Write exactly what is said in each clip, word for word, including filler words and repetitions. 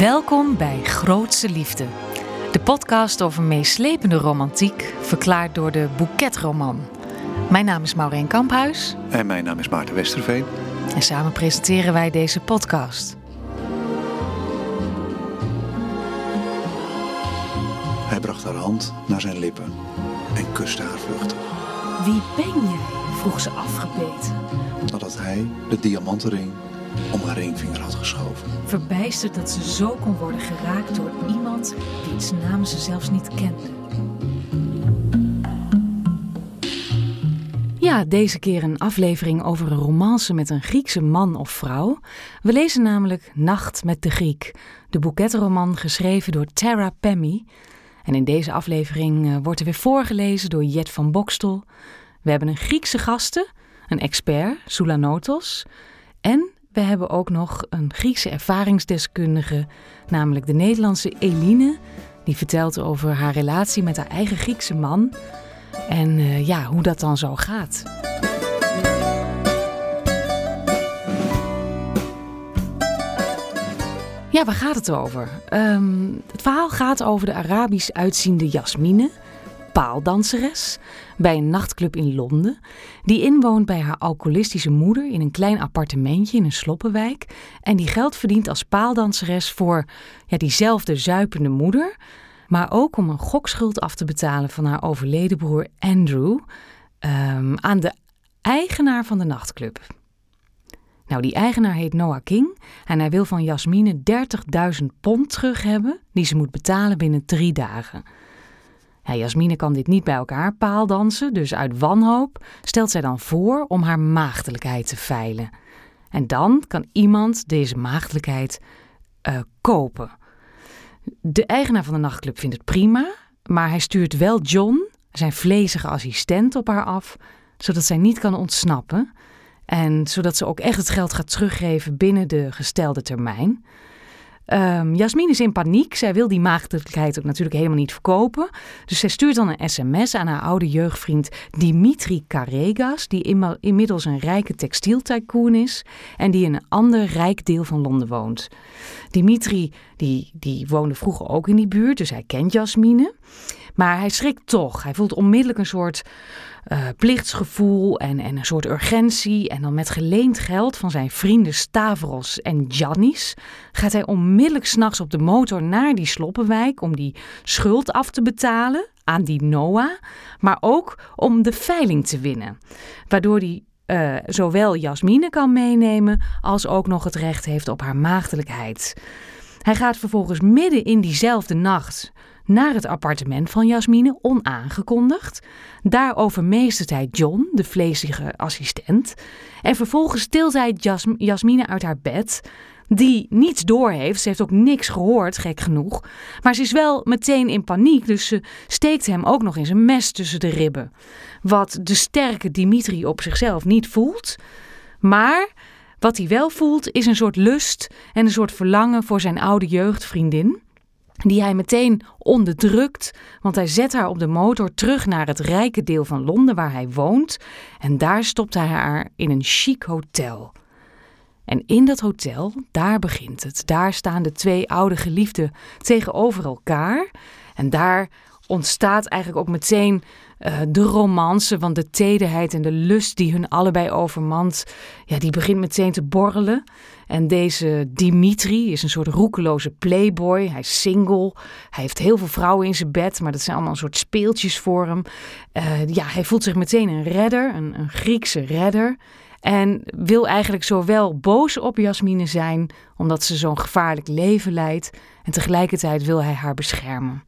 Welkom bij Grootse Liefde. De podcast over meeslepende romantiek, verklaard door de Bouquet-roman. Mijn naam is Maureen Kamphuis. En mijn naam is Maarten Westerveen. En samen presenteren wij deze podcast. Hij bracht haar hand naar zijn lippen en kuste haar vluchtig. Wie ben jij? Vroeg ze afgebeten. Nadat hij de diamantenring om haar ringvinger had geschoven. Verbijsterd dat ze zo kon worden geraakt door iemand wiens naam ze zelfs niet kende. Ja, deze keer een aflevering over een romance met een Griekse man of vrouw. We lezen namelijk Nacht met de Griek, de Bouquet-roman geschreven door Tara Pemmy. En in deze aflevering uh, wordt er weer voorgelezen door Jet van Bokstel. We hebben een Griekse gasten, een expert, Soulanotos. En we hebben ook nog een Griekse ervaringsdeskundige, namelijk de Nederlandse Eline. Die vertelt over haar relatie met haar eigen Griekse man. En uh, ja, hoe dat dan zo gaat. Ja, waar gaat het over? Um, het verhaal gaat over de Arabisch uitziende Jasmine, paaldanseres, bij een nachtclub in Londen, die inwoont bij haar alcoholistische moeder in een klein appartementje in een sloppenwijk en die geld verdient als paaldanseres voor ja, diezelfde zuipende moeder, maar ook om een gokschuld af te betalen van haar overleden broer Andrew um, aan de eigenaar van de nachtclub. Nou, die eigenaar heet Noah King en hij wil van Jasmine dertigduizend pond terug hebben die ze moet betalen binnen drie dagen. Ja, Jasmine kan dit niet bij elkaar paaldansen, dus uit wanhoop stelt zij dan voor om haar maagdelijkheid te veilen. En dan kan iemand deze maagdelijkheid uh, kopen. De eigenaar van de nachtclub vindt het prima, maar hij stuurt wel John, zijn vlezige assistent, op haar af, zodat zij niet kan ontsnappen. En zodat ze ook echt het geld gaat teruggeven binnen de gestelde termijn. Um, Jasmine is in paniek. Zij wil die maagdelijkheid ook natuurlijk helemaal niet verkopen. Dus zij stuurt dan een sms aan haar oude jeugdvriend Dimitri Karegas, die in, inmiddels een rijke textieltycoon is en die in een ander rijk deel van Londen woont. Dimitri die, die woonde vroeger ook in die buurt, dus hij kent Jasmine. Maar hij schrikt toch. Hij voelt onmiddellijk een soort uh, plichtsgevoel en, en een soort urgentie. En dan met geleend geld van zijn vrienden Stavros en Giannis gaat hij onmiddellijk 's nachts op de motor naar die sloppenwijk om die schuld af te betalen aan die Noah. Maar ook om de veiling te winnen. Waardoor hij uh, zowel Jasmine kan meenemen als ook nog het recht heeft op haar maagdelijkheid. Hij gaat vervolgens midden in diezelfde nacht naar het appartement van Jasmine, onaangekondigd. Daar overmeestert hij John, de vlezige assistent. En vervolgens tilt hij Jas- Jasmine uit haar bed, die niets doorheeft. Ze heeft ook niks gehoord, gek genoeg. Maar ze is wel meteen in paniek, dus ze steekt hem ook nog eens een mes tussen de ribben. Wat de sterke Dimitri op zichzelf niet voelt. Maar wat hij wel voelt is een soort lust en een soort verlangen voor zijn oude jeugdvriendin, die hij meteen onderdrukt, want hij zet haar op de motor terug naar het rijke deel van Londen waar hij woont en daar stopt hij haar in een chic hotel. En in dat hotel, daar begint het. Daar staan de twee oude geliefden tegenover elkaar en daar ontstaat eigenlijk ook meteen uh, de romance, want de tederheid en de lust die hun allebei overmand, ja, die begint meteen te borrelen. En deze Dimitri is een soort roekeloze playboy. Hij is single. Hij heeft heel veel vrouwen in zijn bed, maar dat zijn allemaal een soort speeltjes voor hem. Uh, ja, hij voelt zich meteen een redder, een, een Griekse redder. En wil eigenlijk zowel boos op Jasmine zijn, omdat ze zo'n gevaarlijk leven leidt, en tegelijkertijd wil hij haar beschermen.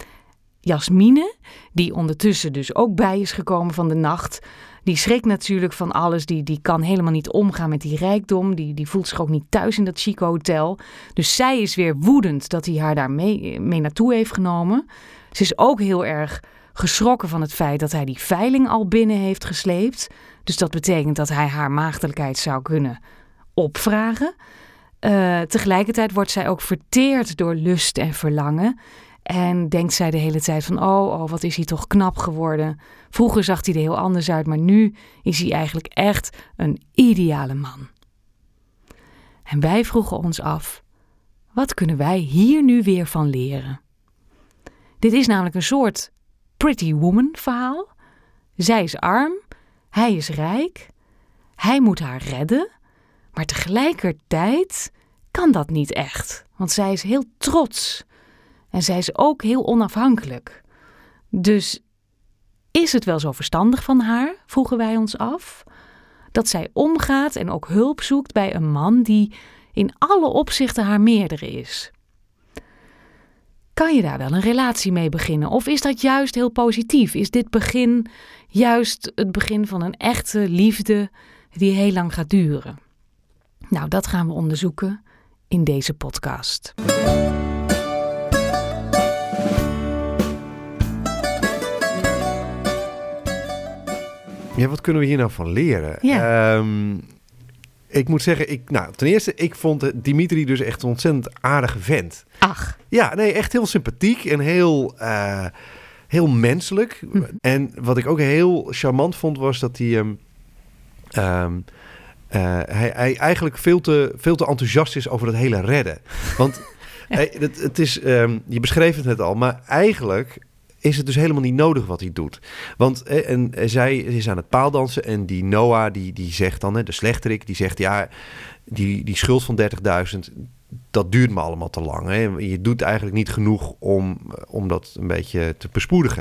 Jasmine, die ondertussen dus ook bij is gekomen van de nacht, die schrikt natuurlijk van alles. Die, die kan helemaal niet omgaan met die rijkdom. Die, die voelt zich ook niet thuis in dat chique hotel. Dus zij is weer woedend dat hij haar daar mee, mee naartoe heeft genomen. Ze is ook heel erg geschrokken van het feit dat hij die veiling al binnen heeft gesleept. Dus dat betekent dat hij haar maagdelijkheid zou kunnen opvragen. Uh, tegelijkertijd wordt zij ook verteerd door lust en verlangen. En denkt zij de hele tijd van, oh, oh, wat is hij toch knap geworden. Vroeger zag hij er heel anders uit, maar nu is hij eigenlijk echt een ideale man. En wij vroegen ons af, Wat kunnen wij hier nu weer van leren? Dit is namelijk een soort Pretty Woman verhaal. Zij is arm, hij is rijk, hij moet haar redden, maar tegelijkertijd kan dat niet echt, want zij is heel trots en zij is ook heel onafhankelijk. Dus is het wel zo verstandig van haar, vroegen wij ons af, dat zij omgaat en ook hulp zoekt bij een man die in alle opzichten haar meerdere is? Kan je daar wel een relatie mee beginnen? Of is dat juist heel positief? Is dit begin juist het begin van een echte liefde die heel lang gaat duren? Nou, dat gaan we onderzoeken in deze podcast. Ja, wat kunnen we hier nou van leren? Ja. Um, ik moet zeggen, ik, nou, ten eerste, ik vond Dimitri dus echt een ontzettend aardige vent. Ach. Ja, nee, echt heel sympathiek en heel, uh, heel menselijk. Hm. En wat ik ook heel charmant vond, was dat hij... Um, um, uh, hij, hij eigenlijk veel te, veel te enthousiast is over het hele redden. Want hij, het, het is, um, je beschreef het net al, maar eigenlijk is het dus helemaal niet nodig wat hij doet. Want eh, en, en zij is aan het paaldansen en die Noah, die, die zegt dan, hè, de slechterik, die zegt, ja, die, die schuld van dertigduizend, dat duurt me allemaal te lang. Hè. Je doet eigenlijk niet genoeg om, om dat een beetje te bespoedigen.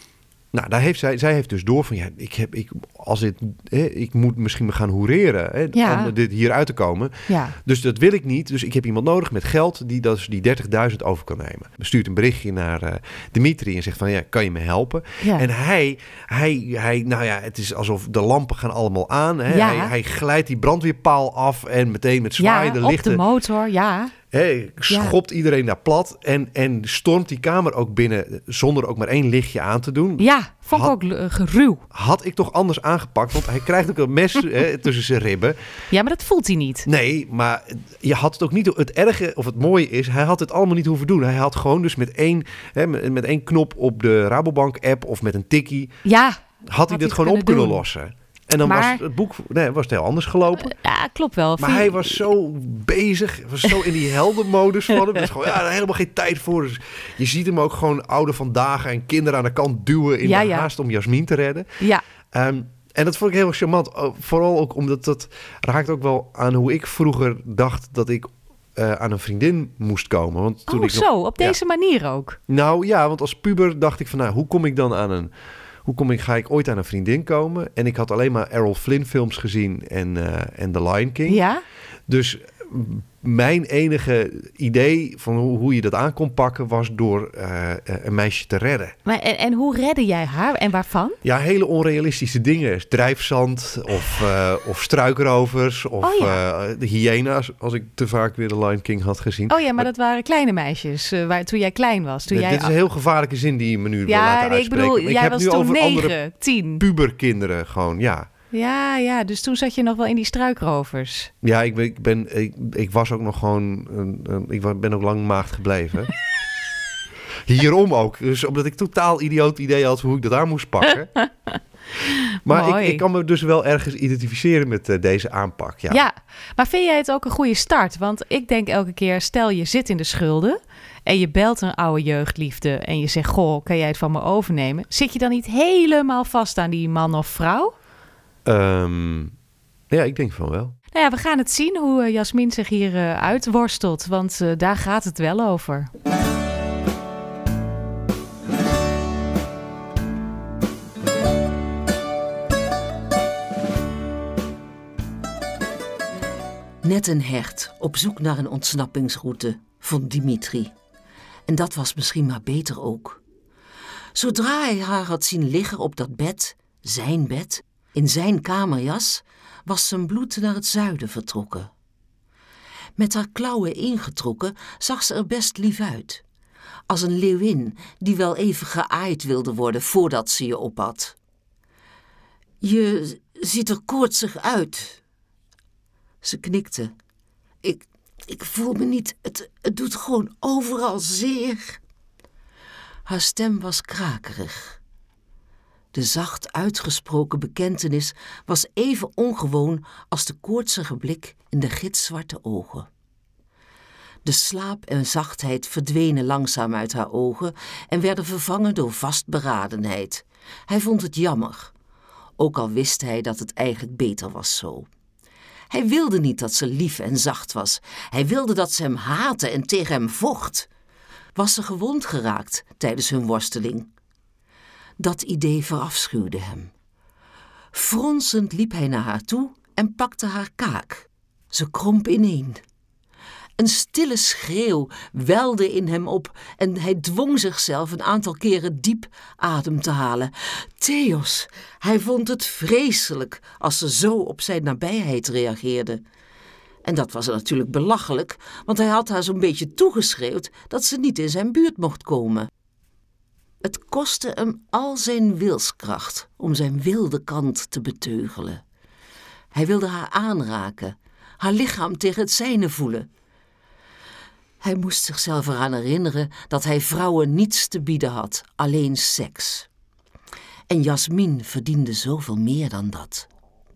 Nou, daar heeft zij, zij heeft dus door van, ja, ik heb, ik, als het, hè, ik moet misschien me gaan hoereren, hè, ja. om dit hier uit te komen. Ja. Dus dat wil ik niet. Dus ik heb iemand nodig met geld die dat, die dertigduizend over kan nemen. Stuurt een berichtje naar uh, Dimitri en zegt van, ja, kan je me helpen? Ja. En hij, hij, hij, nou ja, het is alsof de lampen gaan allemaal aan. Hè. Ja. Hij, hij glijdt die brandweerpaal af en meteen met zwaaiende ja, lichten. op de motor, ja. Hey, schopt ja. iedereen daar plat en, en stormt die kamer ook binnen zonder ook maar één lichtje aan te doen. Ja, vond ik ook uh, geruw. Had ik toch anders aangepakt, want hij krijgt ook een mes hè, tussen zijn ribben. Ja, maar dat voelt hij niet. Nee, maar je had het ook niet... Het erge of het mooie is, hij had het allemaal niet hoeven doen. Hij had gewoon dus met één, hè, met, met één knop op de Rabobank-app of met een tikkie... Ja, had, had hij dit gewoon op kunnen doen. lossen. En dan maar, was het boek nee, was het heel anders gelopen. Ja, klopt wel. Maar hij was zo bezig, was zo in die heldenmodus van hem. Dus gewoon, ja, er helemaal geen tijd voor. Dus je ziet hem ook gewoon oude vandaag en kinderen aan de kant duwen in ja, de haast ja. om Jasmin te redden. Ja. Um, en dat vond ik heel charmant. Vooral ook omdat dat raakt ook wel aan hoe ik vroeger dacht dat ik uh, aan een vriendin moest komen. Want toen oh, ik zo, nog, op deze ja. manier ook? Nou ja, want als puber dacht ik van, nou, hoe kom ik dan aan een... Hoe kom ik, ga ik ooit aan een vriendin komen? En ik had alleen maar Errol Flynn films gezien en, uh, en The Lion King. Ja? Dus mijn enige idee van hoe, hoe je dat aan kon pakken was door uh, een meisje te redden. Maar en, en hoe redde jij haar en waarvan? Ja, hele onrealistische dingen. Drijfzand of, uh, of struikrovers of oh, ja. uh, de hyena's, als ik te vaak weer The Lion King had gezien. Oh ja, maar, maar dat waren kleine meisjes uh, waar, toen jij klein was. Toen d- jij dit is een heel gevaarlijke zin die je me nu ja, wil laten nee, uitspreken. Ik bedoel, ik jij heb was nu toen over negen, andere tien. puberkinderen gewoon, ja. Ja, ja, dus toen zat je nog wel in die struikrovers. Ja, ik ben, ik, ben, ik, ik was ook nog gewoon... Uh, ik ben ook lang maagd gebleven. Hierom ook. Dus omdat ik totaal idioot idee had hoe ik dat aan moest pakken. Maar ik, ik kan me dus wel ergens identificeren met uh, deze aanpak. Ja. ja, maar vind jij het ook een goede start? Want ik denk elke keer, stel je zit in de schulden... en je belt een oude jeugdliefde en je zegt... goh, kan jij het van me overnemen? Zit je dan niet helemaal vast aan die man of vrouw? Um, ja, ik denk van wel. Nou ja, we gaan het zien hoe uh, Jasmin zich hier uh, uitworstelt. Want uh, daar gaat het wel over. Net een hert op zoek naar een ontsnappingsroute, vond Dimitri. En dat was misschien maar beter ook. Zodra hij haar had zien liggen op dat bed, zijn bed, in zijn kamerjas, was zijn bloed naar het zuiden vertrokken. Met haar klauwen ingetrokken zag ze er best lief uit. Als een leeuwin die wel even geaaid wilde worden voordat ze je ophad. Je ziet er koortsig uit. Ze knikte. Ik, ik voel me niet, het, het doet gewoon overal zeer. Haar stem was krakerig. De zacht uitgesproken bekentenis was even ongewoon als de koortsige blik in de gitzwarte ogen. De slaap en zachtheid verdwenen langzaam uit haar ogen en werden vervangen door vastberadenheid. Hij vond het jammer, ook al wist hij dat het eigenlijk beter was zo. Hij wilde niet dat ze lief en zacht was. Hij wilde dat ze hem haatte en tegen hem vocht. Was ze gewond geraakt tijdens hun worsteling? Dat idee verafschuwde hem. Fronsend liep hij naar haar toe en pakte haar kaak. Ze kromp ineen. Een stille schreeuw welde in hem op en hij dwong zichzelf een aantal keren diep adem te halen. Theos, hij vond het vreselijk als ze zo op zijn nabijheid reageerde. En dat was natuurlijk belachelijk, want hij had haar zo'n beetje toegeschreeuwd dat ze niet in zijn buurt mocht komen. Het kostte hem al zijn wilskracht om zijn wilde kant te beteugelen. Hij wilde haar aanraken, haar lichaam tegen het zijne voelen. Hij moest zichzelf eraan herinneren dat hij vrouwen niets te bieden had, alleen seks. En Jasmin verdiende zoveel meer dan dat.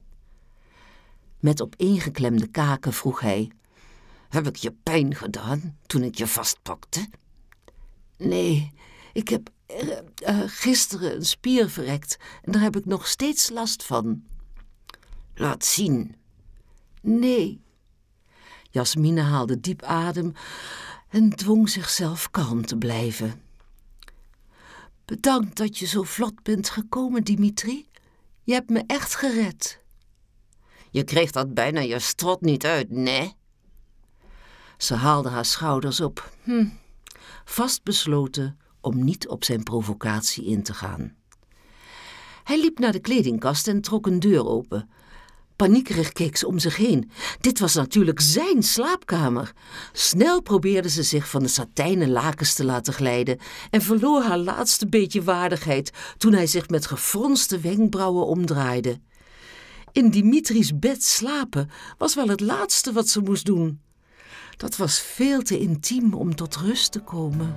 Met opeengeklemde kaken vroeg hij: heb ik je pijn gedaan toen ik je vastpakte? Nee, ik heb uh, uh, gisteren een spier verrekt en daar heb ik nog steeds last van. Laat zien. Nee. Jasmine haalde diep adem en dwong zichzelf kalm te blijven. Bedankt dat je zo vlot bent gekomen, Dimitri. Je hebt me echt gered. Je kreeg dat bijna je strot niet uit, nee? Ze haalde haar schouders op, hm, vastbesloten om niet op zijn provocatie in te gaan. Hij liep naar de kledingkast en trok een deur open. Paniekerig keek ze om zich heen. Dit was natuurlijk zijn slaapkamer. Snel probeerde ze zich van de satijnen lakens te laten glijden en verloor haar laatste beetje waardigheid toen hij zich met gefronste wenkbrauwen omdraaide. In Dimitri's bed slapen was wel het laatste wat ze moest doen. Dat was veel te intiem om tot rust te komen.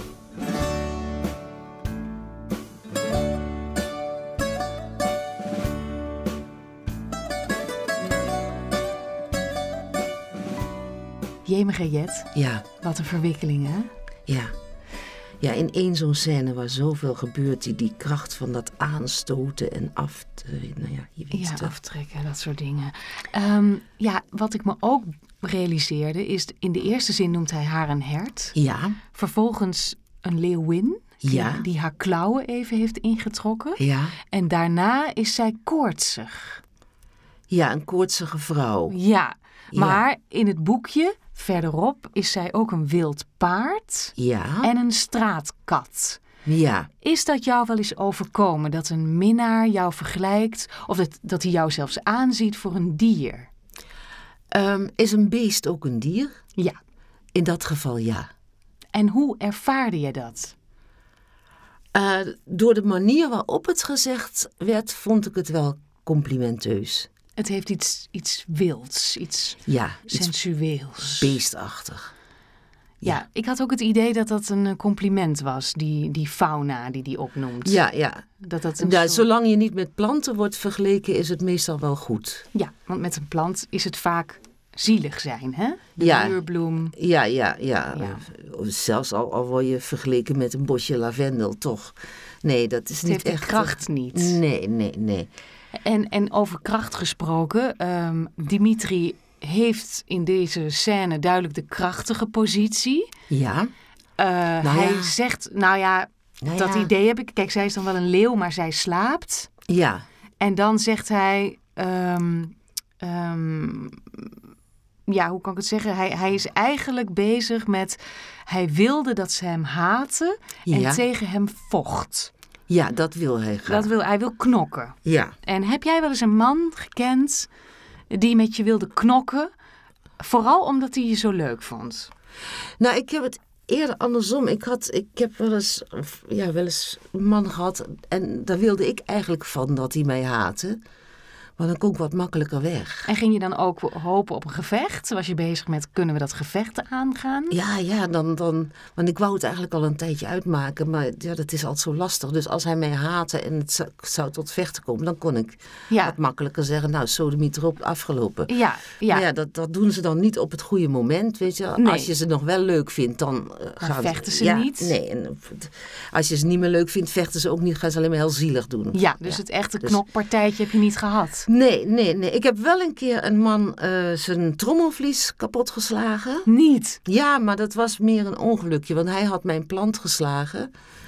Jemige Jet, Ja, wat een verwikkeling, hè? ja. Ja, in één zo'n scène waar zoveel gebeurt, die, die kracht van dat aanstoten en af te, nou ja, je weet Ja, het. aftrekken, dat soort dingen. Um, ja, wat ik me ook realiseerde is, in de eerste zin noemt hij haar een hert. Ja, Vervolgens een leeuwin, die, Ja. die haar klauwen even heeft ingetrokken. ja, En daarna is zij koortsig. ja, een koortsige vrouw. Ja, Ja. maar in het boekje verderop is zij ook een wild paard Ja, en een straatkat. ja. Is dat jou wel eens overkomen, dat een minnaar jou vergelijkt of dat, dat hij jou zelfs aanziet voor een dier? Um, is een beest ook een dier? Ja. In dat geval ja. En hoe ervaarde je dat? Uh, door de manier waarop het gezegd werd, vond ik het wel complimenteus. Het heeft iets, iets wilds, iets Ja, iets sensueels. beestachtig. Ja, ja. ik had ook het idee dat dat een compliment was, die, die fauna die die opnoemt. Ja, ja. Dat dat een ja soort- zolang je niet met planten wordt vergeleken, is het meestal wel goed. Ja, want met een plant is het vaak zielig zijn, hè? De Ja. muurbloem. Ja, ja, ja. Ja. Zelfs al, al word je vergeleken met een bosje lavendel, toch? Nee, dat is Het niet heeft die echt... kracht niet. Nee, nee, nee. En, en over kracht gesproken, um, Dimitri heeft in deze scène duidelijk de krachtige positie. Ja, Uh, hij ja. zegt, nou ja, nou dat ja. idee heb ik. Kijk, zij is dan wel een leeuw, maar zij slaapt. Ja, En dan zegt hij, um, um, ja, hoe kan ik het zeggen? Hij, hij is eigenlijk bezig met, hij wilde dat ze hem haten en Ja. tegen hem vocht. ja, dat wil hij graag. Dat wil, hij wil knokken. Ja. En heb jij wel eens een man gekend die met je wilde knokken? Vooral omdat hij je zo leuk vond. Nou, ik heb het eerder andersom. Ik, had, ik heb wel eens, ja, wel eens een man gehad en daar wilde ik eigenlijk van dat hij mij haatte. Want dan kom ik wat makkelijker weg. En ging je dan ook hopen op een gevecht? Was je bezig met, kunnen we dat gevecht aangaan? Ja, ja, dan, dan... Want ik wou het eigenlijk al een tijdje uitmaken. Maar ja, dat is altijd zo lastig. Dus als hij mij haatte en het zou, zou tot vechten komen... dan kon ik Ja. wat makkelijker zeggen... nou, sodemiet erop, afgelopen. Ja, ja. Maar ja, dat, dat doen ze dan niet op het goede moment, weet je. Nee. Als je ze nog wel leuk vindt, dan uh, gaan vechten ze ja, niet. Nee, en als je ze niet meer leuk vindt, vechten ze ook niet. Gaan ze alleen maar heel zielig doen. Ja, dus Ja. het echte Dus- knokpartijtje heb je niet gehad? Nee, nee, nee. Ik heb wel een keer een man uh, zijn trommelvlies kapotgeslagen. Niet? Ja, maar dat was meer een ongelukje, want hij had mijn plant geslagen.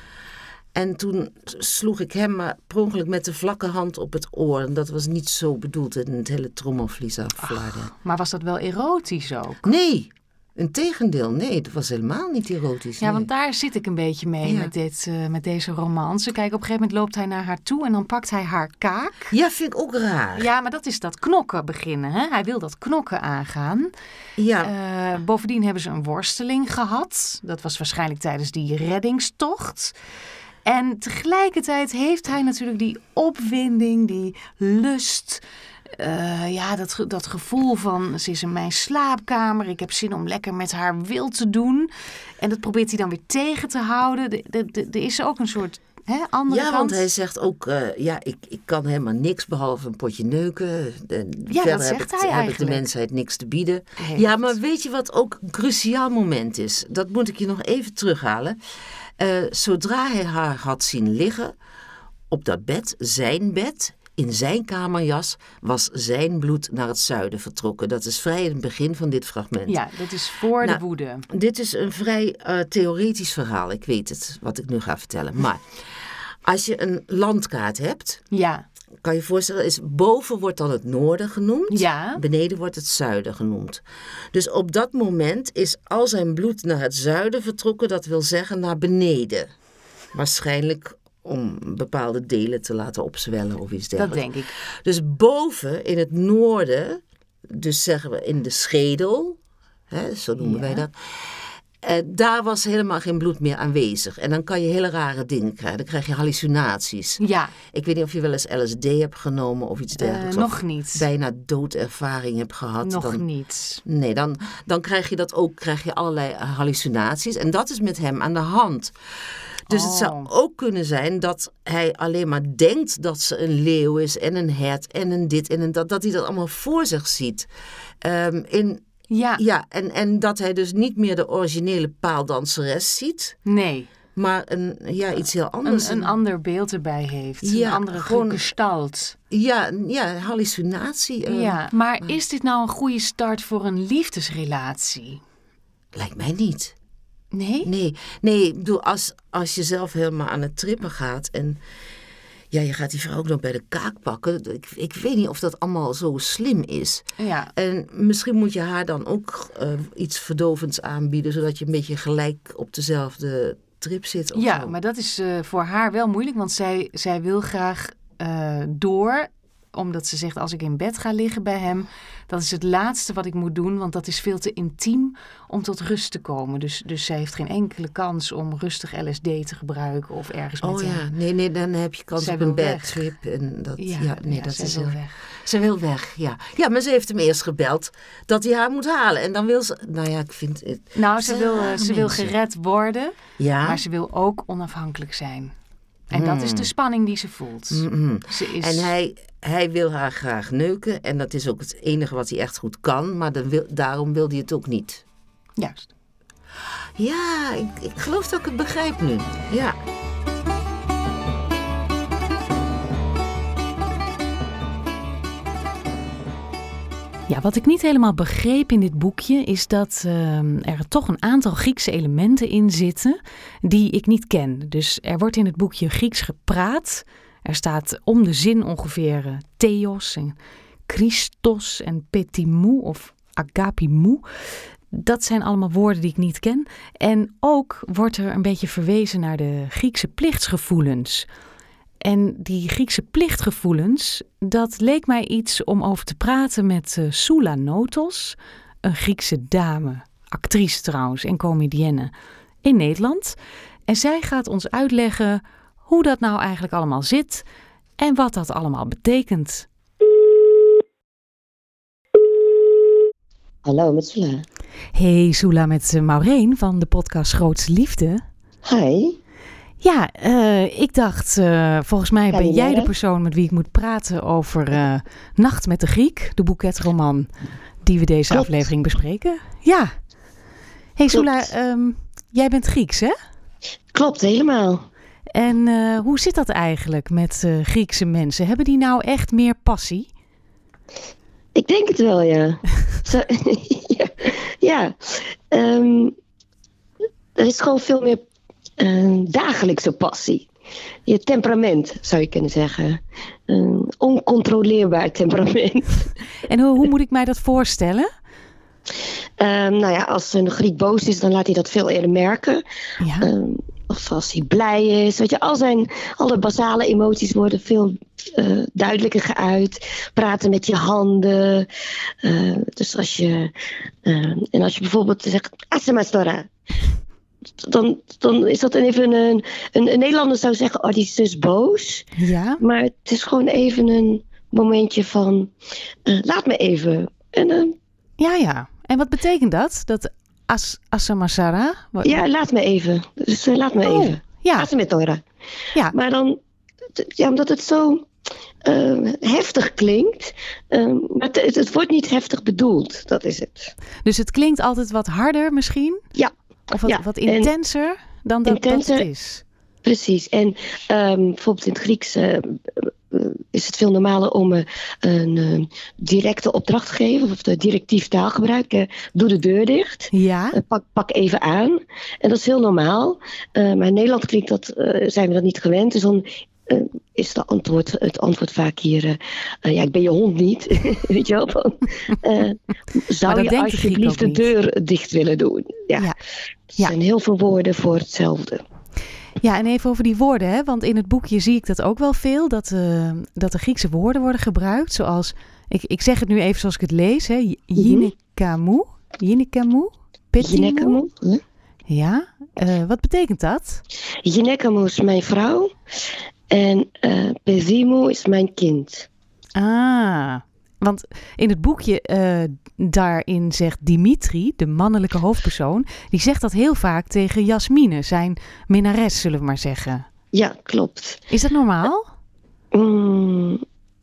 En toen sloeg ik hem maar per ongeluk met de vlakke hand op het oor. En dat was niet zo bedoeld en het hele trommelvlies afvlaarde. Maar was dat wel erotisch ook? Nee, integendeel. Nee, dat was helemaal niet erotisch. Ja, nee. want daar zit ik een beetje mee Ja. met, dit, uh, met deze romance. Kijk, op een gegeven moment loopt hij naar haar toe en dan pakt hij haar kaak. Ja, vind ik ook raar. Ja, maar dat is dat knokken beginnen. Hè? Hij wil dat knokken aangaan. Ja. Uh, bovendien hebben ze een worsteling gehad. Dat was waarschijnlijk tijdens die reddingstocht. En tegelijkertijd heeft hij natuurlijk die opwinding, die lust... Uh, ja, dat, dat gevoel van, ze is in mijn slaapkamer. Ik heb zin om lekker met haar wild te doen. En dat probeert hij dan weer tegen te houden. Er is ook een soort hè, andere ja, kant. want hij zegt ook, uh, ja, ik, ik kan helemaal niks behalve een potje neuken. En ja, verder dat zegt heb, hij heb eigenlijk. ik de mensheid niks te bieden. Heeft. Ja, maar weet je wat ook een cruciaal moment is? Dat moet ik je nog even terughalen. Uh, zodra hij haar had zien liggen op dat bed, zijn bed... in zijn kamerjas was zijn bloed naar het zuiden vertrokken. Dat is vrij in het begin van dit fragment. Ja, dat is voor nou, de woede. Dit is een vrij uh, theoretisch verhaal. Ik weet het, wat ik nu ga vertellen. Maar als je een landkaart hebt... Ja. kan je je voorstellen, is boven wordt dan het noorden genoemd. Ja. Beneden wordt het zuiden genoemd. Dus op dat moment is al zijn bloed naar het zuiden vertrokken. Dat wil zeggen naar beneden. Waarschijnlijk... om bepaalde delen te laten opzwellen of iets dergelijks. Dat denk ik. Dus boven in het noorden, dus zeggen we in de schedel, hè, zo noemen ja. wij dat. Eh, daar was helemaal geen bloed meer aanwezig. En dan kan je hele rare dingen krijgen. Dan krijg je hallucinaties. Ja. Ik weet niet of je wel eens L S D hebt genomen of iets dergelijks. Uh, nog of niet. bijna doodervaring hebt gehad. Nog dan, niet. Nee, dan, dan krijg je dat ook, krijg je allerlei hallucinaties. En dat is met hem aan de hand. Dus oh. het zou ook kunnen zijn dat hij alleen maar denkt dat ze een leeuw is en een hert en een dit en een dat. Dat hij dat allemaal voor zich ziet. Um, in, ja. Ja, en, en dat hij dus niet meer de originele paaldanseres ziet. Nee. Maar een, ja, iets heel anders. Een, een ander beeld erbij heeft. Ja, een andere gewoon, gestalt. Ja, ja, hallucinatie. Uh, ja, maar uh, is dit nou een goede start voor een liefdesrelatie? Lijkt mij niet. Nee? Nee, nee, ik bedoel, als, als je zelf helemaal aan het trippen gaat en ja, je gaat die vrouw ook nog bij de kaak pakken. Ik, ik weet niet of dat allemaal zo slim is. Ja. En misschien moet je haar dan ook uh, iets verdovends aanbieden, zodat je een beetje gelijk op dezelfde trip zit. Of ja, zo. maar dat is uh, voor haar wel moeilijk, want zij, zij wil graag uh, door... omdat ze zegt, als ik in bed ga liggen bij hem... dat is het laatste wat ik moet doen... want dat is veel te intiem om tot rust te komen. Dus, dus zij heeft geen enkele kans om rustig L S D te gebruiken... of ergens met oh, hem. Oh ja, nee, nee, dan heb je kans zij op een weg. bedtrip. En dat, ja, ja, nee, ja, dat zij is wil heel... weg. Ze wil weg, ja. Ja, maar ze heeft hem eerst gebeld dat hij haar moet halen. En dan wil ze... Nou ja, ik vind het... Nou, ze wil, uh, ze wil gered worden... Ja? maar ze wil ook onafhankelijk zijn... En Hmm. dat is de spanning die ze voelt. Mm-hmm. Ze is... En hij, hij wil haar graag neuken. En dat is ook het enige wat hij echt goed kan. Maar dan wil, daarom wil hij het ook niet. Juist. Ja, ik, ik geloof dat ik het begrijp nu. Ja. Ja, wat ik niet helemaal begreep in dit boekje is dat uh, er toch een aantal Griekse elementen in zitten die ik niet ken. Dus er wordt in het boekje Grieks gepraat. Er staat om de zin ongeveer uh, theos en Christos en petimou of agapimou. Dat zijn allemaal woorden die ik niet ken. En ook wordt er een beetje verwezen naar de Griekse plichtsgevoelens. En die Griekse plichtgevoelens, dat leek mij iets om over te praten met uh, Soula Notos, een Griekse dame, actrice trouwens en comedienne in Nederland. En zij gaat ons uitleggen hoe dat nou eigenlijk allemaal zit en wat dat allemaal betekent. Hallo, met Sula. Hey, Sula met uh, Maureen van de podcast Grootste Liefde. Hi. Ja, uh, ik dacht, uh, volgens mij ben Kalimera. jij de persoon met wie ik moet praten over uh, Nacht met de Griek, de boeketroman die we deze Klopt. aflevering bespreken. Ja. Hey Sula, um, jij bent Grieks, hè? Klopt, helemaal. En uh, hoe zit dat eigenlijk met uh, Griekse mensen? Hebben die nou echt meer passie? Ik denk het wel, ja. Zo, ja. ja. Um, er is gewoon veel meer uh, dagelijkse passie. Je temperament, zou je kunnen zeggen. Een oncontroleerbaar temperament. En hoe, hoe moet ik mij dat voorstellen? Um, nou ja, als een Griek boos is, dan laat hij dat veel eerder merken. Ja. Um, of als hij blij is. Weet je, al zijn alle basale emoties worden veel uh, duidelijker geuit. Praten met je handen. Uh, dus als je... Uh, en als je bijvoorbeeld zegt... Asemastora. Dan, dan is dat even een, een... Een Nederlander zou zeggen... Oh, die is dus boos. Ja. Maar het is gewoon even een momentje van... Uh, laat me even. En uh, Ja, ja. En wat betekent dat? Dat as, asamasara? Wat- ja, laat me even. Dus uh, laat me Oh, even. Ja, Asemastora. ja. Maar dan, t- ja, omdat het zo uh, heftig klinkt, uh, maar het, het wordt niet heftig bedoeld, dat is het. Dus het klinkt altijd wat harder misschien? Ja, Of wat, Ja, wat en- intenser dan dat, Intenser. dat het is? precies. En um, bijvoorbeeld in het Grieks uh, uh, is het veel normaler om uh, een uh, directe opdracht te geven, of de directief taalgebruik. Uh, doe de deur dicht. Ja, Uh, pak, pak even aan. En dat is heel normaal. Uh, maar in Nederland klinkt dat, uh, zijn we dat niet gewend. Dus dan uh, is de antwoord, het antwoord vaak hier... Uh, uh, ja, ik ben je hond niet. Weet je wel? Van, uh, zou dat je denkt de Griek alsjeblieft de ook niet. deur dicht willen doen? Ja. Ja. Er Ja. zijn heel veel woorden voor hetzelfde. ja, en even over die woorden, hè? Want in het boekje zie ik dat ook wel veel, dat, uh, dat de Griekse woorden worden gebruikt. Zoals, ik, ik zeg het nu even zoals ik het lees, hè? Ginekamu, ginekamu, petimu. Ginekamu. Huh? Ja, uh, wat betekent dat? Ginekamu is mijn vrouw. En uh, Pezimu is mijn kind. Ah, want in het boekje uh, daarin zegt Dimitri, de mannelijke hoofdpersoon, die zegt dat heel vaak tegen Jasmine, zijn minnares, zullen we maar zeggen. Ja, klopt. Is dat normaal? Mm.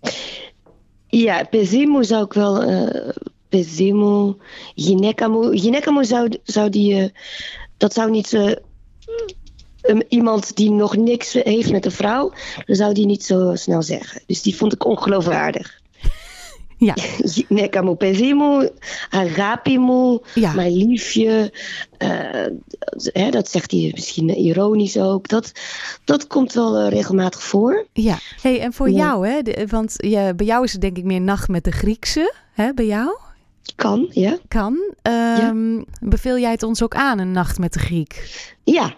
Ja, Pezimu zou ik wel... Uh, Pezimu, Ginekamu. Ginekamu zou, zou die... Uh, dat zou niet... Uh, um, iemand die nog niks heeft met een vrouw... dan zou die niet zo snel zeggen. Dus die vond ik ongeloofwaardig. Ja. Ginekamu, Pezimu, Agapimu, Ja. mijn liefje. Uh, hè, dat zegt hij misschien ironisch ook. Dat, dat komt wel uh, regelmatig voor. Ja. Hey, en voor Ja. jou, hè? De- want ja, bij jou is het denk ik meer Nacht met de Griekse, hè? Bij jou? Kan, ja. Kan. Um, Beveel jij het ons ook aan, een Nacht met de Griek? Ja.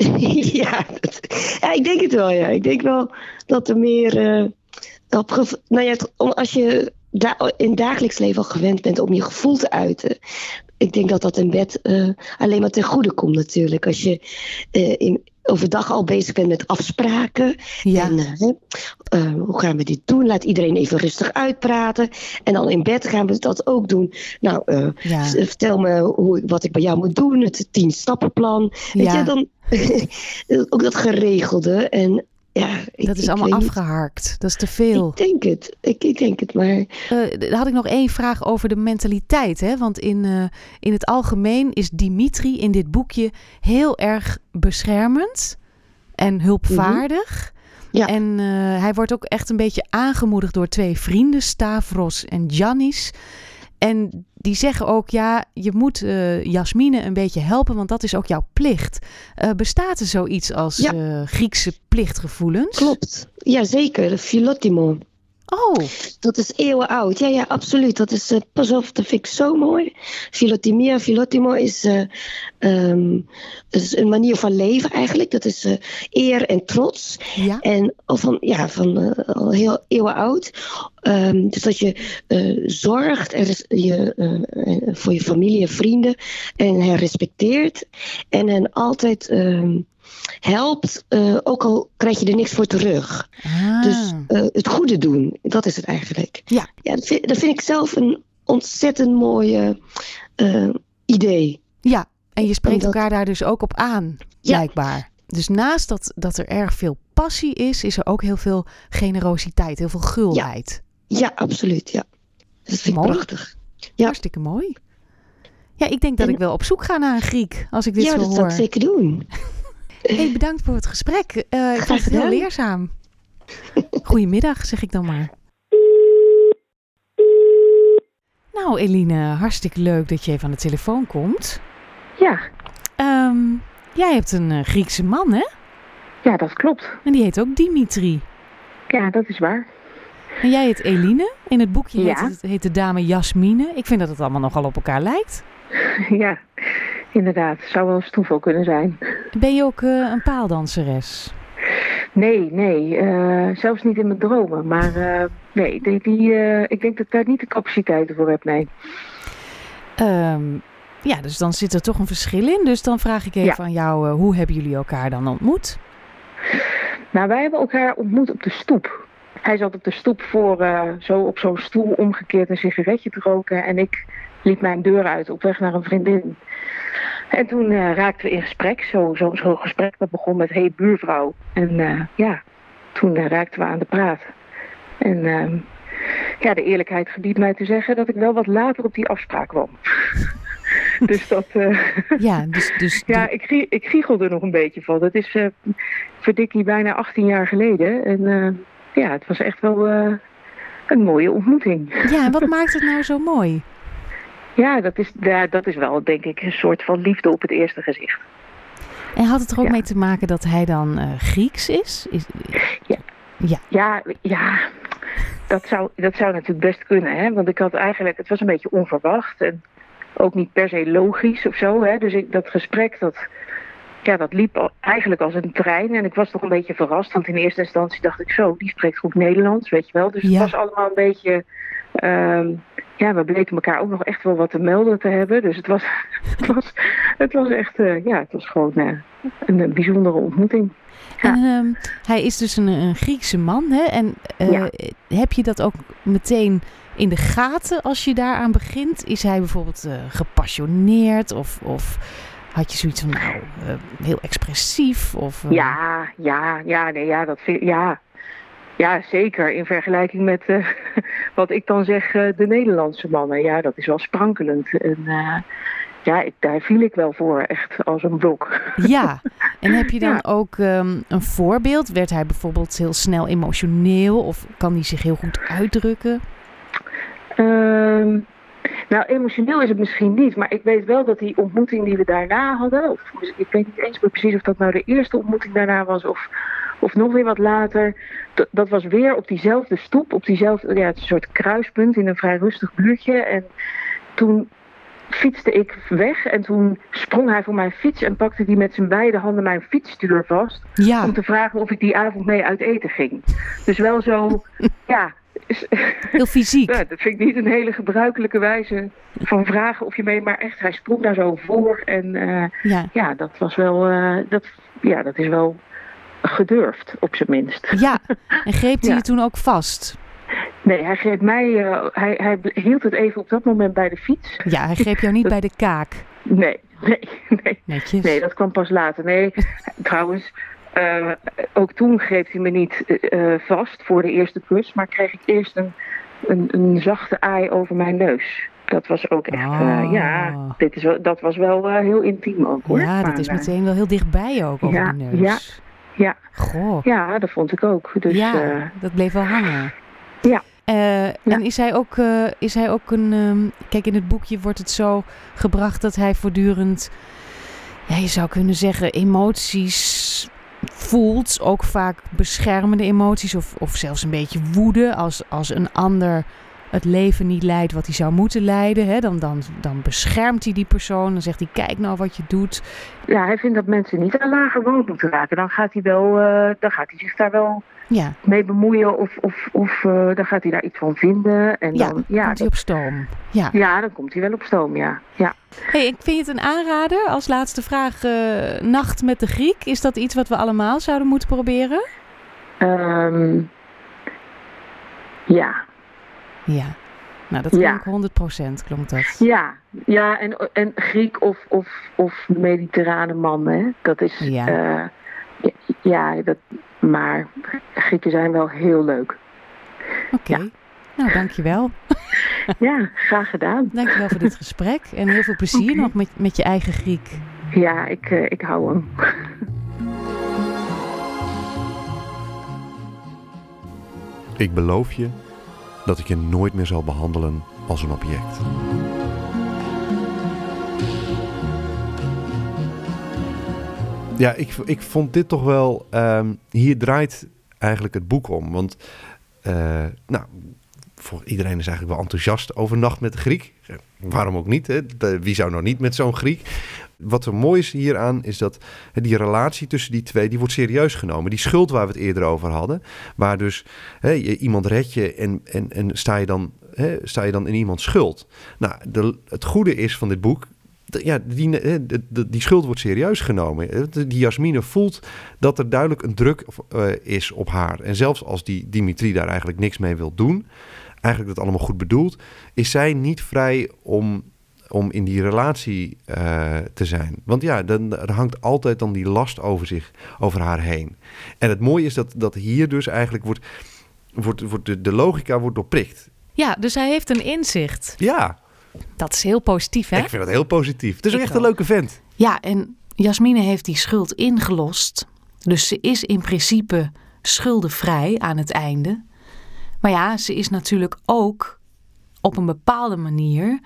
ja, dat, ja, ik denk het wel, ja. Ik denk wel dat er meer... Uh, op gev- nou ja, het- om- als je da- in het dagelijks leven al gewend bent om je gevoel te uiten... Ik denk dat dat in bed uh, alleen maar ten goede komt natuurlijk. Als je uh, in, overdag al bezig bent met afspraken. Ja. En, uh, uh, hoe gaan we dit doen? Laat iedereen even rustig uitpraten. En dan in bed gaan we dat ook doen. Nou, uh, Ja. s- vertel me hoe, wat ik bij jou moet doen. Het tien stappenplan. Weet Ja. je, dan ook dat geregelde. En ja, ik, Dat is ik allemaal weet niet. afgeharkt. Dat is te veel. Ik denk het. Ik, ik denk het, maar... Uh, dan had ik nog één vraag over de mentaliteit. Hè? Want in, uh, in het algemeen is Dimitri in dit boekje heel erg beschermend en hulpvaardig. Ja. En uh, hij wordt ook echt een beetje aangemoedigd door twee vrienden, Stavros en Giannis. En die zeggen ook, ja, je moet uh, Jasmine een beetje helpen, want dat is ook jouw plicht. Uh, bestaat er zoiets als Ja. uh, Griekse plichtgevoelens? Klopt. Jazeker, Philotimo. Oh, Dat is eeuwen oud. Ja, ja, absoluut. Dat is, uh, pas op, dat vind ik zo mooi. Philotimia, Philotimo is, uh, um, dat is een manier van leven eigenlijk. Dat is uh, eer en trots. ja. En of van, ja, van uh, al heel eeuwen oud. Um, dus dat je uh, zorgt er is, je, uh, voor je familie en vrienden. En hen respecteert. En hen altijd um, helpt. Uh, ook al krijg je er niks voor terug. Ah. Dus uh, het goede doen, dat is het eigenlijk. Ja. Ja, dat, vind, dat vind ik zelf een ontzettend mooie uh, idee. Ja, en je spreekt dat... elkaar daar dus ook op aan, ja. blijkbaar. Dus naast dat, dat er erg veel passie is, is er ook heel veel generositeit, heel veel gulheid. Ja, ja absoluut. Ja. Dat vind ik mooi. prachtig. Ja. Hartstikke mooi. Ja, ik denk dat en... ik wel op zoek ga naar een Griek, als ik dit ja, zo hoor. Ja, dat zou ik zeker doen. Hey, bedankt voor het gesprek. Uh, ik vond het heel leerzaam. Goedemiddag, zeg ik dan maar. Nou, Eline, hartstikke leuk dat je even aan de telefoon komt. Ja. Um, jij hebt een uh, Griekse man, hè? Ja, dat klopt. En die heet ook Dimitri. Ja, dat is waar. En jij heet Eline. In het boekje ja. heet, het, heet de dame Jasmine. Ik vind dat het allemaal nogal op elkaar lijkt. Ja, inderdaad. Zou wel eens toeval kunnen zijn. Ben je ook uh, een paaldanseres? Nee, nee. Uh, zelfs niet in mijn dromen. Maar uh, nee, die, die, uh, ik denk dat ik daar niet de capaciteiten voor heb, nee. Um, ja, dus dan zit er toch een verschil in. Dus dan vraag ik even ja. aan jou, uh, hoe hebben jullie elkaar dan ontmoet? Nou, wij hebben elkaar ontmoet op de stoep. Hij zat op de stoep voor uh, zo op zo'n stoel omgekeerd een sigaretje te roken. En ik liep mijn deur uit op weg naar een vriendin. En toen uh, raakten we in gesprek. Zo'n zo, zo gesprek dat begon met hey buurvrouw. En uh, ja, toen uh, raakten we aan de praat. En uh, ja, de eerlijkheid gebiedt mij te zeggen dat ik wel wat later op die afspraak kwam. Dus dat... Uh, ja, dus... dus ja, ik, ik giechelde nog een beetje van. Dat is uh, verdikkie bijna achttien jaar geleden. En uh, ja, het was echt wel uh, een mooie ontmoeting. Ja, en wat maakt het nou zo mooi? Ja, dat is, ja, dat is wel, denk ik, een soort van liefde op het eerste gezicht. En had het er ook ja. mee te maken dat hij dan uh, Grieks is? is ja. Ja. Ja, ja. Dat, zou, dat zou natuurlijk best kunnen, hè. Want ik had eigenlijk, het was een beetje onverwacht en ook niet per se logisch of zo, hè. Dus ik, dat gesprek, dat, ja, dat liep eigenlijk als een trein. En ik was toch een beetje verrast, want in eerste instantie dacht ik zo, die spreekt goed Nederlands, weet je wel. Dus ja. Het was allemaal een beetje... Um, ja, we bleken elkaar ook nog echt wel wat te melden te hebben. Dus het was, het was, het was echt, uh, ja, het was gewoon uh, een, een bijzondere ontmoeting. Ja. En um, hij is dus een, een Griekse man, hè? En uh, ja. heb je dat ook meteen in de gaten als je daaraan begint? Is hij bijvoorbeeld uh, gepassioneerd of, of had je zoiets van, nou, uh, heel expressief? Of, uh... Ja, ja, ja, nee, ja, dat vind, ja. Ja, zeker. In vergelijking met uh, wat ik dan zeg, uh, de Nederlandse mannen. Ja, dat is wel sprankelend. En uh, ja, ik, daar viel ik wel voor, echt als een blok. Ja, en heb je dan ja. ook um, een voorbeeld? Werd hij bijvoorbeeld heel snel emotioneel of kan hij zich heel goed uitdrukken? Um, nou, emotioneel is het misschien niet, maar ik weet wel dat die ontmoeting die we daarna hadden, of ik weet niet eens meer precies of dat nou de eerste ontmoeting daarna was of... Of nog weer wat later, d- dat was weer op diezelfde stoep, op diezelfde, ja, het is een soort kruispunt in een vrij rustig buurtje. En toen fietste ik weg en toen sprong hij voor mijn fiets en pakte hij met zijn beide handen mijn fietsstuur vast. Ja. Om te vragen of ik die avond mee uit eten ging. Dus wel zo, ja. Heel fysiek. Ja, dat vind ik niet een hele gebruikelijke wijze van vragen of je mee, maar echt, hij sprong daar zo voor. En uh, ja. ja, dat was wel, uh, dat, ja, dat is wel... gedurfd, op zijn minst. Ja, en greep hij ja. je toen ook vast? Nee, hij greep mij, uh, hij, hij hield het even op dat moment bij de fiets. Ja, hij greep jou niet dat... bij de kaak? Nee, nee, nee. Netjes. Nee, dat kwam pas later. Nee, trouwens, uh, ook toen greep hij me niet uh, vast voor de eerste kus, maar kreeg ik eerst een, een, een zachte aai over mijn neus. Dat was ook echt, oh. uh, ja, dit is wel, dat was wel uh, heel intiem ook, hoor. Ja, dat maar, is meteen wel heel dichtbij ook over ja, de neus. Ja. Ja. Goh. Ja, dat vond ik ook. Dus, ja, uh, dat bleef wel hangen. Ja. Uh, ja. En is hij ook, uh, is hij ook een... Um, kijk, in het boekje wordt het zo gebracht dat hij voortdurend... Ja, je zou kunnen zeggen emoties voelt. Ook vaak beschermende emoties of, of zelfs een beetje woede. Als, als een ander het leven niet leidt wat hij zou moeten leiden. Hè, dan, dan, dan beschermt hij die persoon. Dan zegt hij, kijk nou wat je doet. Ja, hij vindt dat mensen niet aan lager woon moeten raken. Dan gaat hij wel, uh, dan gaat hij zich daar wel ja. mee bemoeien. Of, of, of uh, dan gaat hij daar iets van vinden. En ja, dan, dan ja, komt hij op stoom. Ja. ja, dan komt hij wel op stoom, ja. ja. Hey, ik vind het een aanrader. Als laatste vraag, uh, Nacht met de Griek. Is dat iets wat we allemaal zouden moeten proberen? Um, ja. Ja. Nou, dat Ja. klonk honderd procent, klonk dat. Ja, ja en, en Griek of, of, of mediterrane man, hè. Dat is, Ja. ja, ja dat, maar Grieken zijn wel heel leuk. Oké. Ja. Nou, dankjewel. Ja, graag gedaan. Dankjewel voor dit gesprek. En heel veel plezier Oké. nog met, met je eigen Griek. Ja, ik, uh, ik hou hem. Ik beloof je dat ik je nooit meer zal behandelen als een object. Ja, ik, ik vond dit toch wel... Um, hier draait eigenlijk het boek om. Want uh, nou, voor iedereen is eigenlijk wel enthousiast over Nacht met de Griek. Waarom ook niet? Hè? Wie zou nou niet met zo'n Griek? Wat er mooi is hieraan is dat die relatie tussen die twee, die wordt serieus genomen. Die schuld waar we het eerder over hadden, waar dus hè, iemand red je en, en, en sta, je dan, hè, sta je dan in iemands schuld. Nou, de, het goede is van dit boek, de, ja, die, de, de, die schuld wordt serieus genomen. Die Jasmine voelt dat er duidelijk een druk uh, is op haar. En zelfs als die Dimitri daar eigenlijk niks mee wil doen, eigenlijk dat allemaal goed bedoeld, is zij niet vrij om... om in die relatie uh, te zijn. Want ja, dan, er hangt altijd dan die last over zich, over haar heen. En het mooie is dat, dat hier dus eigenlijk wordt, wordt, wordt de, de logica wordt doorprikt. Ja, dus hij heeft een inzicht. Ja. Dat is heel positief, hè? Ik vind dat heel positief. Het is ook Ik echt een ook. leuke vent. Ja, en Jasmine heeft die schuld ingelost. Dus ze is in principe schuldenvrij aan het einde. Maar ja, ze is natuurlijk ook op een bepaalde manier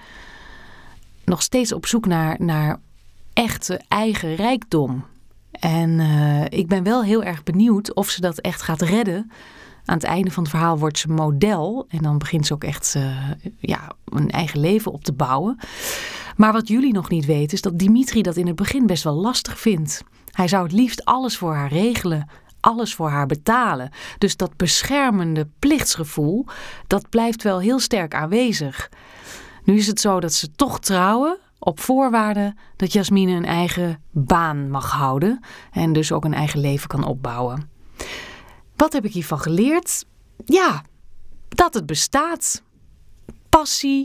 nog steeds op zoek naar, naar echte eigen rijkdom. En uh, ik ben wel heel erg benieuwd of ze dat echt gaat redden. Aan het einde van het verhaal wordt ze model. En dan begint ze ook echt uh, ja, een eigen leven op te bouwen. Maar wat jullie nog niet weten is dat Dimitri dat in het begin best wel lastig vindt. Hij zou het liefst alles voor haar regelen. Alles voor haar betalen. Dus dat beschermende plichtsgevoel, dat blijft wel heel sterk aanwezig. Nu is het zo dat ze toch trouwen op voorwaarde dat Jasmine een eigen baan mag houden en dus ook een eigen leven kan opbouwen. Wat heb ik hiervan geleerd? Ja, dat het bestaat. Passie,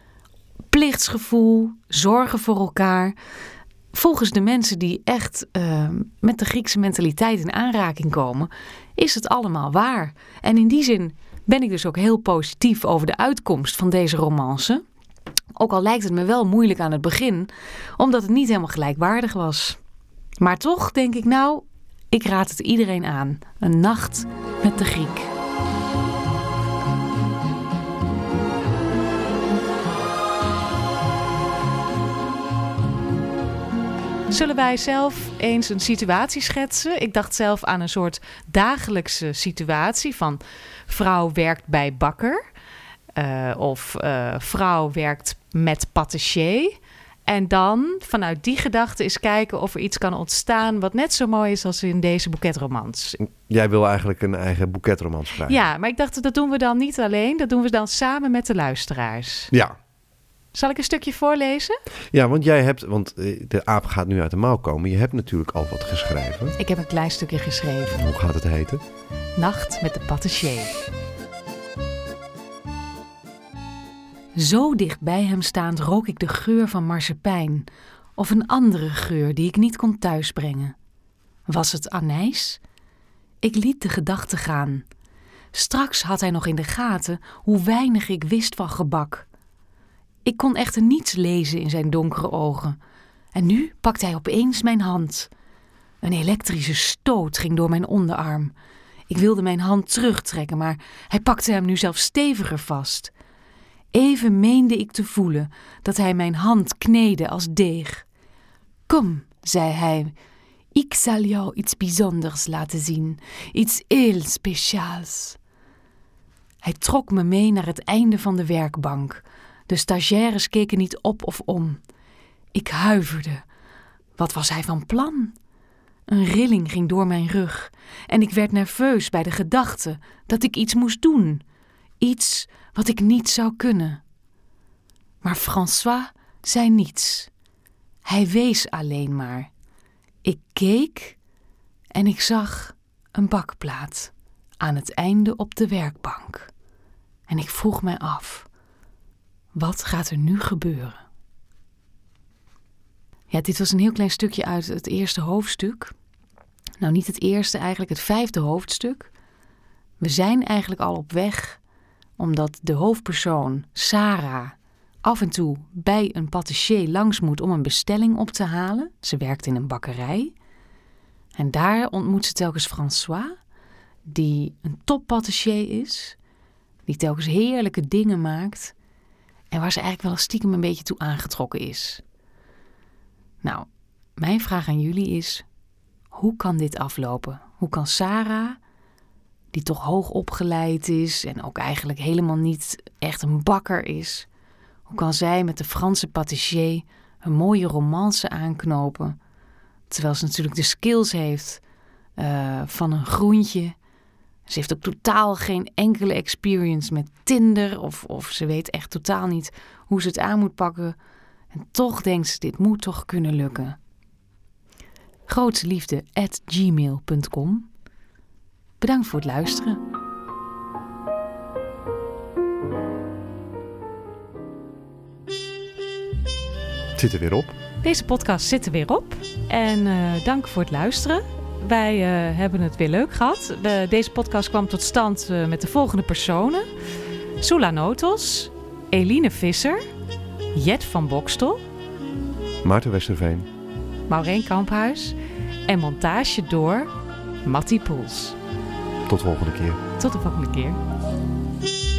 plichtsgevoel, zorgen voor elkaar. Volgens de mensen die echt uh, met de Griekse mentaliteit in aanraking komen, is het allemaal waar. En in die zin ben ik dus ook heel positief over de uitkomst van deze romance. Ook al lijkt het me wel moeilijk aan het begin, omdat het niet helemaal gelijkwaardig was. Maar toch denk ik nou, ik raad het iedereen aan. Een nacht met de Griek. Zullen wij zelf eens een situatie schetsen? Ik dacht zelf aan een soort dagelijkse situatie van vrouw werkt bij bakker. Uh, of uh, vrouw werkt met patissier. En dan vanuit die gedachte eens kijken of er iets kan ontstaan wat net zo mooi is als in deze boeketromans. Jij wil eigenlijk een eigen boeketromans schrijven. Ja, maar ik dacht dat doen we dan niet alleen. Dat doen we dan samen met de luisteraars. Ja. Zal ik een stukje voorlezen? Ja, want jij hebt, want de aap gaat nu uit de mouw komen. Je hebt natuurlijk al wat geschreven. Ik heb een klein stukje geschreven. Hoe gaat het heten? Nacht met de patissier. Zo dicht bij hem staand rook ik de geur van marsepein of een andere geur die ik niet kon thuisbrengen. Was het anijs? Ik liet de gedachte gaan. Straks had hij nog in de gaten hoe weinig ik wist van gebak. Ik kon echter niets lezen in zijn donkere ogen. En nu pakte hij opeens mijn hand. Een elektrische stoot ging door mijn onderarm. Ik wilde mijn hand terugtrekken, maar hij pakte hem nu zelfs steviger vast. Even meende ik te voelen dat hij mijn hand kneedde als deeg. Kom, zei hij, ik zal jou iets bijzonders laten zien, iets heel speciaals. Hij trok me mee naar het einde van de werkbank. De stagiaires keken niet op of om. Ik huiverde. Wat was hij van plan? Een rilling ging door mijn rug en ik werd nerveus bij de gedachte dat ik iets moest doen. Iets wat ik niet zou kunnen. Maar François zei niets. Hij wees alleen maar. Ik keek en ik zag een bakplaat aan het einde op de werkbank. En ik vroeg mij af, Wat gaat er nu gebeuren? Ja, dit was een heel klein stukje uit het eerste hoofdstuk. Nou, niet het eerste, eigenlijk het vijfde hoofdstuk. We zijn eigenlijk al op weg, omdat de hoofdpersoon, Sarah, af en toe bij een patissier langs moet om een bestelling op te halen. Ze werkt in een bakkerij. En daar ontmoet ze telkens François, die een toppatissier is, die telkens heerlijke dingen maakt en waar ze eigenlijk wel stiekem een beetje toe aangetrokken is. Nou, mijn vraag aan jullie is, hoe kan dit aflopen? Hoe kan Sarah, die toch hoog opgeleid is en ook eigenlijk helemaal niet echt een bakker is, hoe kan zij met de Franse patissier een mooie romance aanknopen, terwijl ze natuurlijk de skills heeft uh, van een groentje. Ze heeft ook totaal geen enkele experience met Tinder of, of ze weet echt totaal niet hoe ze het aan moet pakken. En toch denkt ze, dit moet toch kunnen lukken. Grootseliefde at gmail punt com. Bedankt voor het luisteren. Het zit er weer op. Deze podcast zit er weer op. En uh, dank voor het luisteren. Wij uh, hebben het weer leuk gehad. De, deze podcast kwam tot stand uh, met de volgende personen. Sula Notos, Eline Visser, Jet van Bokstel, Maarten Westerveen, Maureen Kamphuis en montage door Mattie Poels. Tot de volgende keer. Tot de volgende keer.